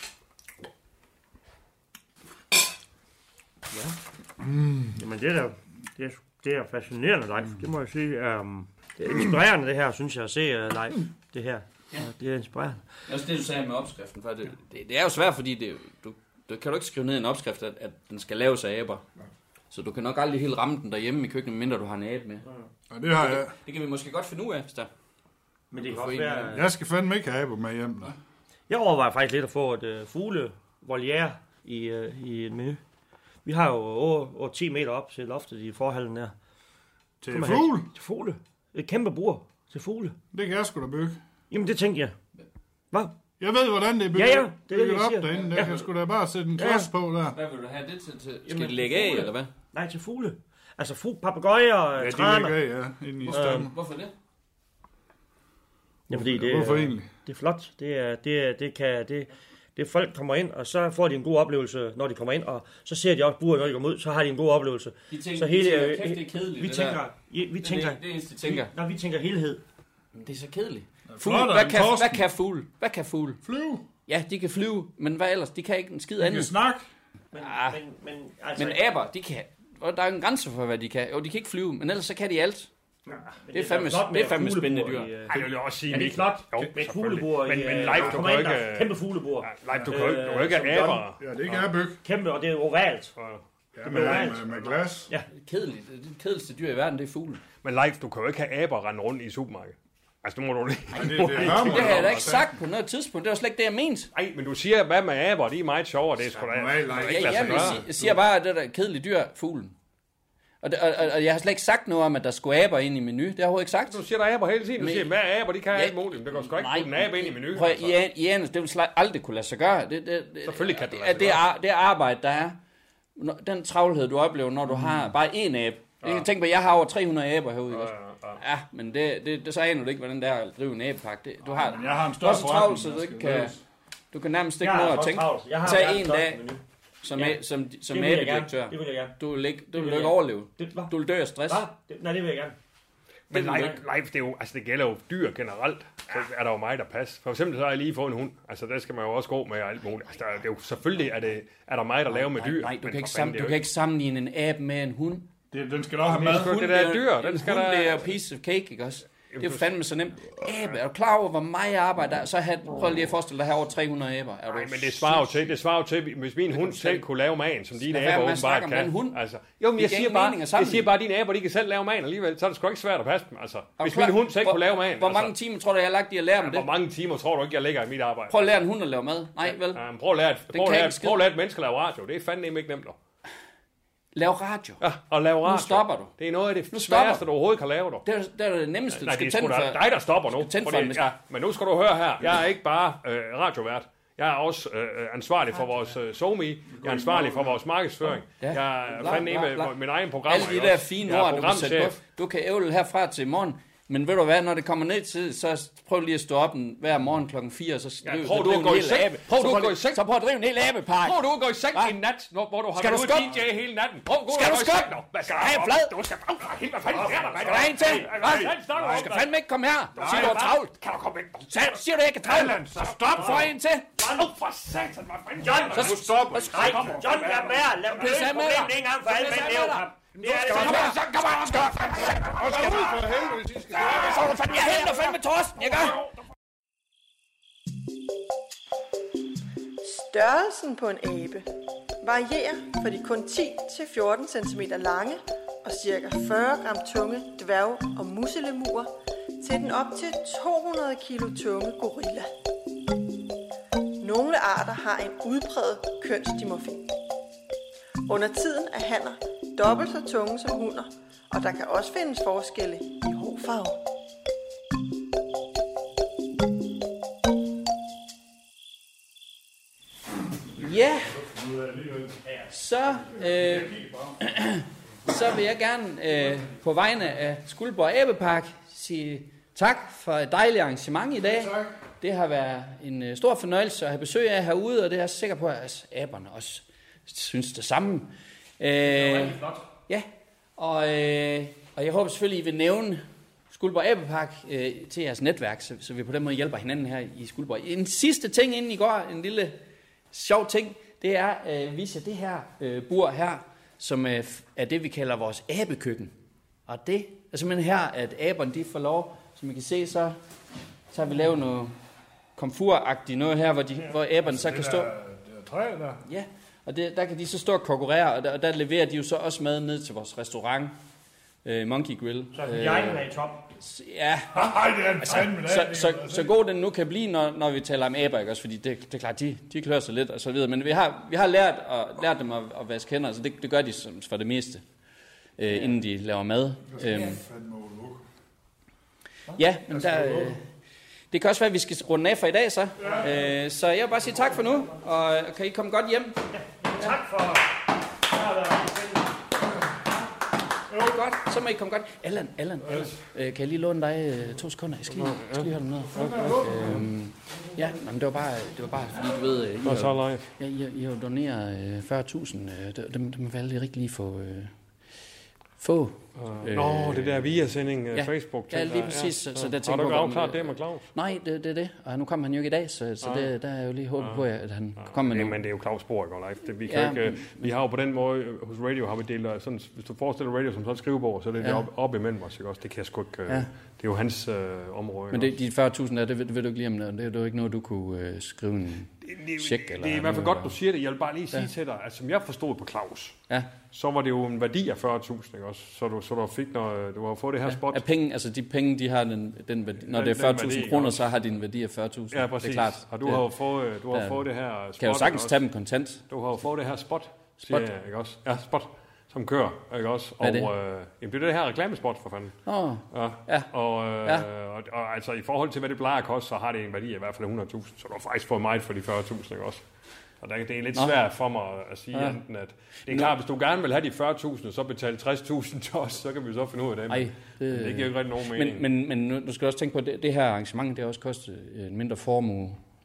Ja. Mm. Jamen det er det er, det er fascinerende live. Mm. Det må jeg sige. Um, det er inspirerende det her, synes jeg, at se uh, live. Det her. Ja. Det er inspirerende. Det er også det, du sagde med opskriften. For det, det, det er jo svært, fordi det, du, du kan du ikke skrive ned i en opskrift, at, at den skal laves af aber. Så du kan nok aldrig helt ramme den derhjemme i køkkenet, mindre du har en abe med. Ja, det har jeg. Det, det kan vi måske godt finde ud af, hvis der. Men det kan også være... Jeg skal fandme ikke have aber med hjem. Da. Jeg overvejer faktisk lidt at få et uh, fugle voliere i, uh, i en menu. Vi har jo over, over ti meter op til loftet i forhallen der. Til fugle? Til fugle. et kæmpe bur til fugle. Det kan jeg sgu da bygge. Jamen, det tænkte jeg. Hvad? Jeg ved, hvordan det er bygget, ja, ja, det er bygget det, op siger. derinde. Der Ja. kan sgu da bare sætte en klods ja. på der. Hvad vil du have det til? til? Skal Jamen, de lægge af, fugle. eller hvad? Nej, til fugle. Altså fugle, papegøjer og Ja, traner. de lægger af, ja, inde i stammen. Hvorfor det? Ja, fordi det, Hvorfor egentlig? Det er flot. Det er, det er, det kan, det, det folk kommer ind, og så får de en god oplevelse, når de kommer ind, og så ser de også buret, når de kommer ud, så har de en god oplevelse. De tænker, så hele, de tænker, kæft, det er kedeligt, vi det tænker, der. vi, vi Det er tænker, det, det eneste, de tænker. Når vi tænker helhed. Det er så kedeligt. Fugle, Fugle, hvad, kan, hvad kan fugle? Hvad kan fugle? Flyve. Ja, de kan flyve, men hvad ellers? De kan ikke en skid De kan andet. snakke. Men, Ah. men, men, altså, Men aber, de kan... Og der er en grænse for, hvad de kan. Jo, de kan ikke flyve, men ellers så kan de alt. ja, Det er fandme, det er fandme spændende dyr. Ej, Ej, jeg vil også sige, er det Mikkel. flot? Jo, Med et selvfølgelig. fuglebur. Men, i, men øh, live, du kommer kan ind, der ikke... er Kæmpe fuglebur. Ja, live, du kan ikke, du kan ikke som have John. aber. Ja, det kan jeg bygge. Kæmpe, og det er ovalt. Ja, med, med, med glas. Ja. Det er kedeligt. Det kedeligste dyr i verden, det er fuglen. Men live, du kan jo ikke have aber rende rundt i supermarkedet. Altså, nu må du lige... Ja, det, det, det, har Det har jeg da ikke sagt på noget tidspunkt. Det var slet ikke det, jeg mente. Nej, men du siger, hvad med aber, de er meget sjovere, det er sgu da... normalt, man kan nej. ikke Ja, lade sig jamen, jeg, gøre. siger, jeg siger bare, at det der kedelige dyr, fuglen. Og, det, og, og, og jeg har slet ikke sagt noget om, at der skulle aber ind i menu. Det har jeg overhovedet ikke sagt. Du siger, der er aber hele tiden. Du Men- siger, hvad er aber, de kan Ja, alt muligt. Men det går sgu ikke putte en abe ind i menuen. Prøv, altså. i, i Janus, det vil slet aldrig kunne lade sig gøre. Det, det, det, Selvfølgelig kan det lade at sig det, gøre. ar, det arbejde, der er. Når- Den travlhed, du oplever, når du har bare én abe. Jeg kan tænke på, at jeg har over tre hundrede aber herude. Ja, ja, ja. men det, det, det, så aner du ikke, hvordan det er at drive en abepark. Det, du har, Men jeg har en du større er så travlt, så forretning, du der ikke skal kan... løses. Du kan nærmest ikke Jeg nå har at også tænke. travlt. Jeg har Tag verdens en største dag menu. som, Ja. ja. som, som Det vil jeg gerne. abedirektør. Det vil jeg gerne. Du vil ikke, du vil vil jeg ikke gerne. overleve. Det, hvad? Du vil dø af stress. Hvad? Det, nej, det vil jeg gerne. Men det vil live, jeg live, det, er jo, altså, det gælder jo dyr generelt. Så er der jo mig, der passer. For eksempel så har jeg lige fået en hund. Altså, der skal man jo også gå med og alt muligt. Altså, der, det er jo, selvfølgelig er, det, er der mig, der laver med dyr. Nej, du, men kan ikke, for sam, fanden, det er du jo kan ikke sammenligne en abe med en hund. Det, den skal da have mad. Det er sgu det der dyr. Den En skal hund, der... det er piece of cake, ikke også? Det er jo fandme så nemt. Abe, er du klar over, hvor meget arbejde der er? Så have, prøv lige at forestille dig at have over tre hundrede aber. Er du Nej, men det svarer jo til, det svarer jo til, hvis min hund selv kunne lave maden, som dine Lad være aber med at snakke åbenbart om den kan. hund. Altså, jo, men Det jeg giver siger, ingen bare, mening at jeg sammenligne. siger bare, at dine aber, de kan selv lave maden alligevel, så er det sgu ikke svært at passe dem. Altså, du hvis klar- min hund selv hvor- kunne lave maden. Hvor mange altså, timer tror du, jeg har lagt i at lære dem hvor det? mange timer tror du ikke, jeg lægger i mit arbejde? Prøv at lære en hund at lave mad. Nej, vel? Ja, men prøv at lære, prøv at kan lære, ikke skide. prøv at lære et menneske at lave radio. Det er fandme ikke nemt. Dog. Lav radio. Ja, og lave radio. stopper du. Det er noget af det Nu stopper sværeste, du overhovedet kan lave. Dog. Det er, det er det nemmeste, Nej, du det er skal sgu tænde da for. dig, der stopper nu. tænde for Fordi, den, ja, men nu skal du høre her. Jeg er ikke bare øh, radiovært. Jeg er også øh, ansvarlig for vores øh, SoMe. Jeg er ansvarlig for vores markedsføring. Ja. Jeg er Bla, fandme bla, med bla. min egen program. Alle de der fine ord, du kan sætte på. Du kan ævle herfra til i morgen. Men ved du hvad, når det kommer ned til, så prøv lige at stå op en, hver morgen klokken fire, så Ja, driv- prøv så du driv at en gå i hel seng. abe. Prøv Så du at prøv gå i lige- seng. Så prøv at drive en hel abepark. Prøv du at gå i seng Hva? en nat, hvor hvor du har Skal været du ude skubbe? D J hele natten. Prøv gå Skal du gå i skubbe? seng nu. Hvad Skal du have en flad? Du skal helt hvad fanden sker der, mand? Skal du have en til? Hvad fanden snakker du Du om, skal mand? fandme ikke komme her. Siger du er travlt. Kan du komme væk? Så- Siger du ikke er travlt? Allan, så stop. Får en til. Åh, for satan, hvad fanden? John, Så stop. Nej, John, lad være. Lad mig løse Pisser jeg med problemet dig? en gang for alle med Pisser jeg med nævkamp. Det er det. Kom her, så kom her. Skal Og skal ud for helvede, de skal Så er du fandme, jeg henter fandme Torsten, jeg gør. Størrelsen på en abe varierer fra de kun ti til fjorten centimeter lange og ca. fyrre gram tunge dværg- og musselemur til den op til to hundrede kilo tunge gorilla. Nogle arter har en udpræget kønsdimorfi. Under tiden er hanner dobbelt så tunge som hunder, og der kan også findes forskelle i hårfarve. Ja, så, øh, så vil jeg gerne øh, på vegne af Skuldborg Abepark sige tak for et dejligt arrangement i dag. Det har været en øh, stor fornøjelse at have besøg af herude, og det er jeg sikker på, at aberne også synes det samme. Øh, ja, og, øh, og jeg håber selvfølgelig, I vil nævne Skuldborg Abepark øh, til jeres netværk, så, så vi på den måde hjælper hinanden her i Skuldborg. En sidste ting, inden I går, en lille sjov ting, det er at øh, vise jer det her øh, bur her, som øh, er det, vi kalder vores abekøkken. Og det er simpelthen her, at aberne de får lov, som I kan se, så, så har vi lavet noget komfuragtigt noget her, hvor, de, hvor aberne så kan stå. Det er træ der. Ja, og det, der kan de så stå og konkurrere, og der, og der leverer de jo så også mad ned til vores restaurant, øh, Monkey Grill. Så jeg er i top. Ja, Nej, det er en altså, fandme så, det. så, så god den nu kan blive, når, når vi taler om aber, ikke også? Fordi det, det er klart, de, de klør sig lidt og så videre. Men vi har, vi har lært, at, lært dem at, at vaske hænder, så det, det gør de som, for det meste, øh, inden de laver mad. Øhm, Ja, men der... Øh, det kan også være, at vi skal runde af for i dag, så. Ja. Øh, så jeg vil bare sige tak for nu, og kan I komme godt hjem? Ja, tak for... Det er godt, så må I komme godt. Allan, Allan, Allan. Øh, kan jeg lige låne dig øh, to sekunder? Jeg skal lige, jeg skal lige holde noget. Øhm, ja, men det var bare, det var bare fordi, du ved... Øh, I, har, så ja, I, I har jo doneret øh, fyrre tusind. Øh, dem, dem vil jeg rigtig lige få... Øh, få. Øh, Nå, det der via-sending ja, Facebook. Ja, lige præcis. Ja, så, så der har du ikke afklaret det med Claus? Nej, det, det er det. Og nu kom han jo ikke i dag, så, så det, der er jeg jo lige håbet på, at han ja, kommer med nu. Men det er jo Claus Borg og live. Det, vi, kan ja, ikke, men, vi har jo på den måde, hos Radio har vi delt, sådan, hvis du forestiller radio som sådan et skrivebord, så er det ja. op, op imellem os, ikke også? Det kan jeg sgu ikke, ja. Det er jo hans øh, område. Men det, de fyrre tusind der, det ved, det ved du ikke lige om, det er jo ikke noget, du kunne øh, skrive en det, check eller det er i hvert fald godt, du siger det. Jeg vil bare lige sige ja. til dig, at som jeg forstod på Claus, ja. så var det jo en værdi af fyrre tusind, ikke også? Så du, så du fik noget, du har fået det her ja. spot. Er penge, altså de penge, de har den, den værdi, når den, det er fyrre tusind kroner, så har de en værdi af fyrre tusind. Ja, præcis. Det er klart. Og du har jo fået, du har fået det her spot. Kan jo sagtens tage dem kontant. Du har jo fået det her spot, spot. Jeg, ikke også? Ja, spot, som kører, ikke også? Og, hvad er det? Øh, jamen, det er det her reklamespot, for fanden. Åh, oh. ja. ja. Og, øh, ja. Og, og altså, i forhold til, hvad det plejer at koste, så har det en værdi af i hvert fald hundrede tusind. Så du har faktisk fået meget for de fyrre tusind, ikke også? Og der, det er lidt Nå. svært for mig at sige ja. enten, at det er klart, hvis du gerne vil have de fyrre tusind, og så betale tres tusind til os, så kan vi så finde ud af det. Ej, det, men det giver jo ikke rigtig nogen mening. Men, men, men du skal også tænke på, at det, det her arrangement, det har også kostet en mindre formue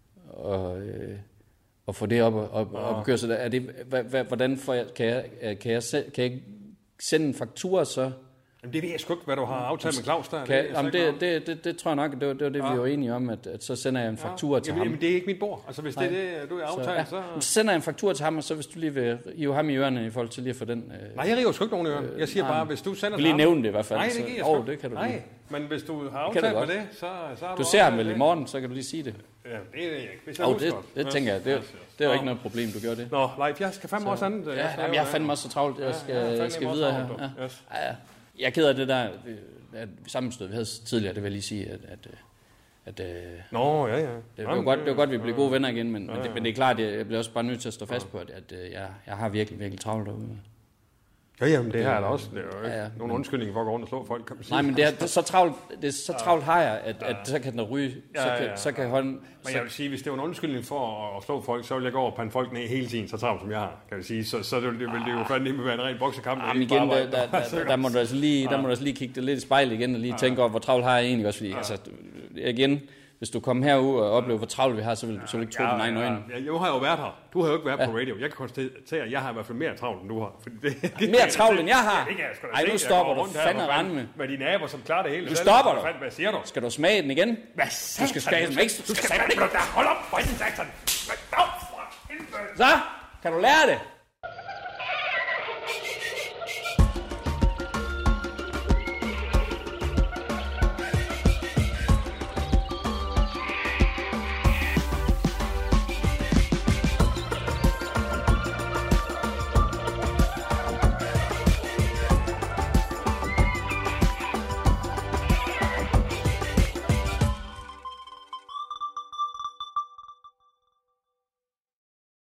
og, øh, at få det op og, og, ja. og køre. Så der, er det, hvordan får jeg, kan, jeg, kan, jeg, kan jeg sende en faktura så? Jamen, det ved jeg sgu ikke, hvad du har aftalt med Claus der. Kan, det, jamen, det, det, det, det tror jeg nok, det var det, var det ja. vi var enige om, at, at så sender jeg en faktura ja. til jamen, ham. Jamen, det er ikke mit bord. Altså, hvis Nej. det er det, du er aftalt, så... Ja. så... så sender jeg en faktura til ham, og så hvis du lige vil hive ham i ørerne i forhold til lige at få den... Øh... Nej, jeg river sgu ikke nogen i ørerne. Jeg siger øh, bare, hvis du sender til ham... lige nævne det i hvert fald. Nej, det giver jeg sgu. Oh, det kan du Nej, men hvis du har aftalt med det, så, så har du... Du ser ham vel i morgen, så kan du lige sige det. Ja, det er det ikke. Hvis jeg oh, det, det tænker jeg. Det, det er jo ikke noget problem, du gør det. Nå, Leif, jeg skal fandme også andet. Ja, jamen, jeg er fandme også så travlt. Jeg skal, skal videre her. Ja. Jeg er ked af det der at sammenstød, vi havde tidligere, det vil jeg lige sige, at... at At, øh, Nå, ja, ja. Det, det, var godt, det var godt, at vi blev gode venner igen, men, ja, ja. Men, det, men det er klart, at jeg bliver også bare nødt til at stå fast på, at, at jeg, jeg har virkelig, virkelig travlt derude. Ja, jamen det her er der også. Det er jo ikke ja, ja. nogen undskyldning for at gå rundt og slå folk, kan man sige. Nej, men det er, det er så travlt, det er så travlt har jeg, at, at så kan den ryge, ja, så kan, ja, ja. så kan hånden... Men jeg vil sige, hvis det var en undskyldning for at slå folk, så vil jeg gå over og pande folk ned hele tiden, så travlt som jeg har, kan jeg sige. Så, så det, det vil det jo fandme være en ren boksekamp. Jamen igen, der, der, der, der, må du altså lige, der må du altså lige kigge det lidt i spejlet igen, og lige ja. tænke over, hvor travlt har jeg egentlig også, fordi ja. altså, igen... Hvis du kommer herud og oplever, hvor travlt vi har, så vil, så vil du ikke tro ja, dine egne øjne. Ja, jeg har jo været her. Du har jo ikke været ja. på radio. Jeg kan konstatere, at jeg har i hvert fald mere travlt, end du har. Fordi det, det, mere travlt, end jeg har? Ja, det kan jeg sgu da Ej, nu stopper du fandme og rende med. Med dine naboer, som klarer det hele. Nu stopper du. Hvad siger du? Skal du smage den igen? Hvad du skal smage den ikke. Du skal smage den ikke. Hold op, for helvede. Så kan du lære det.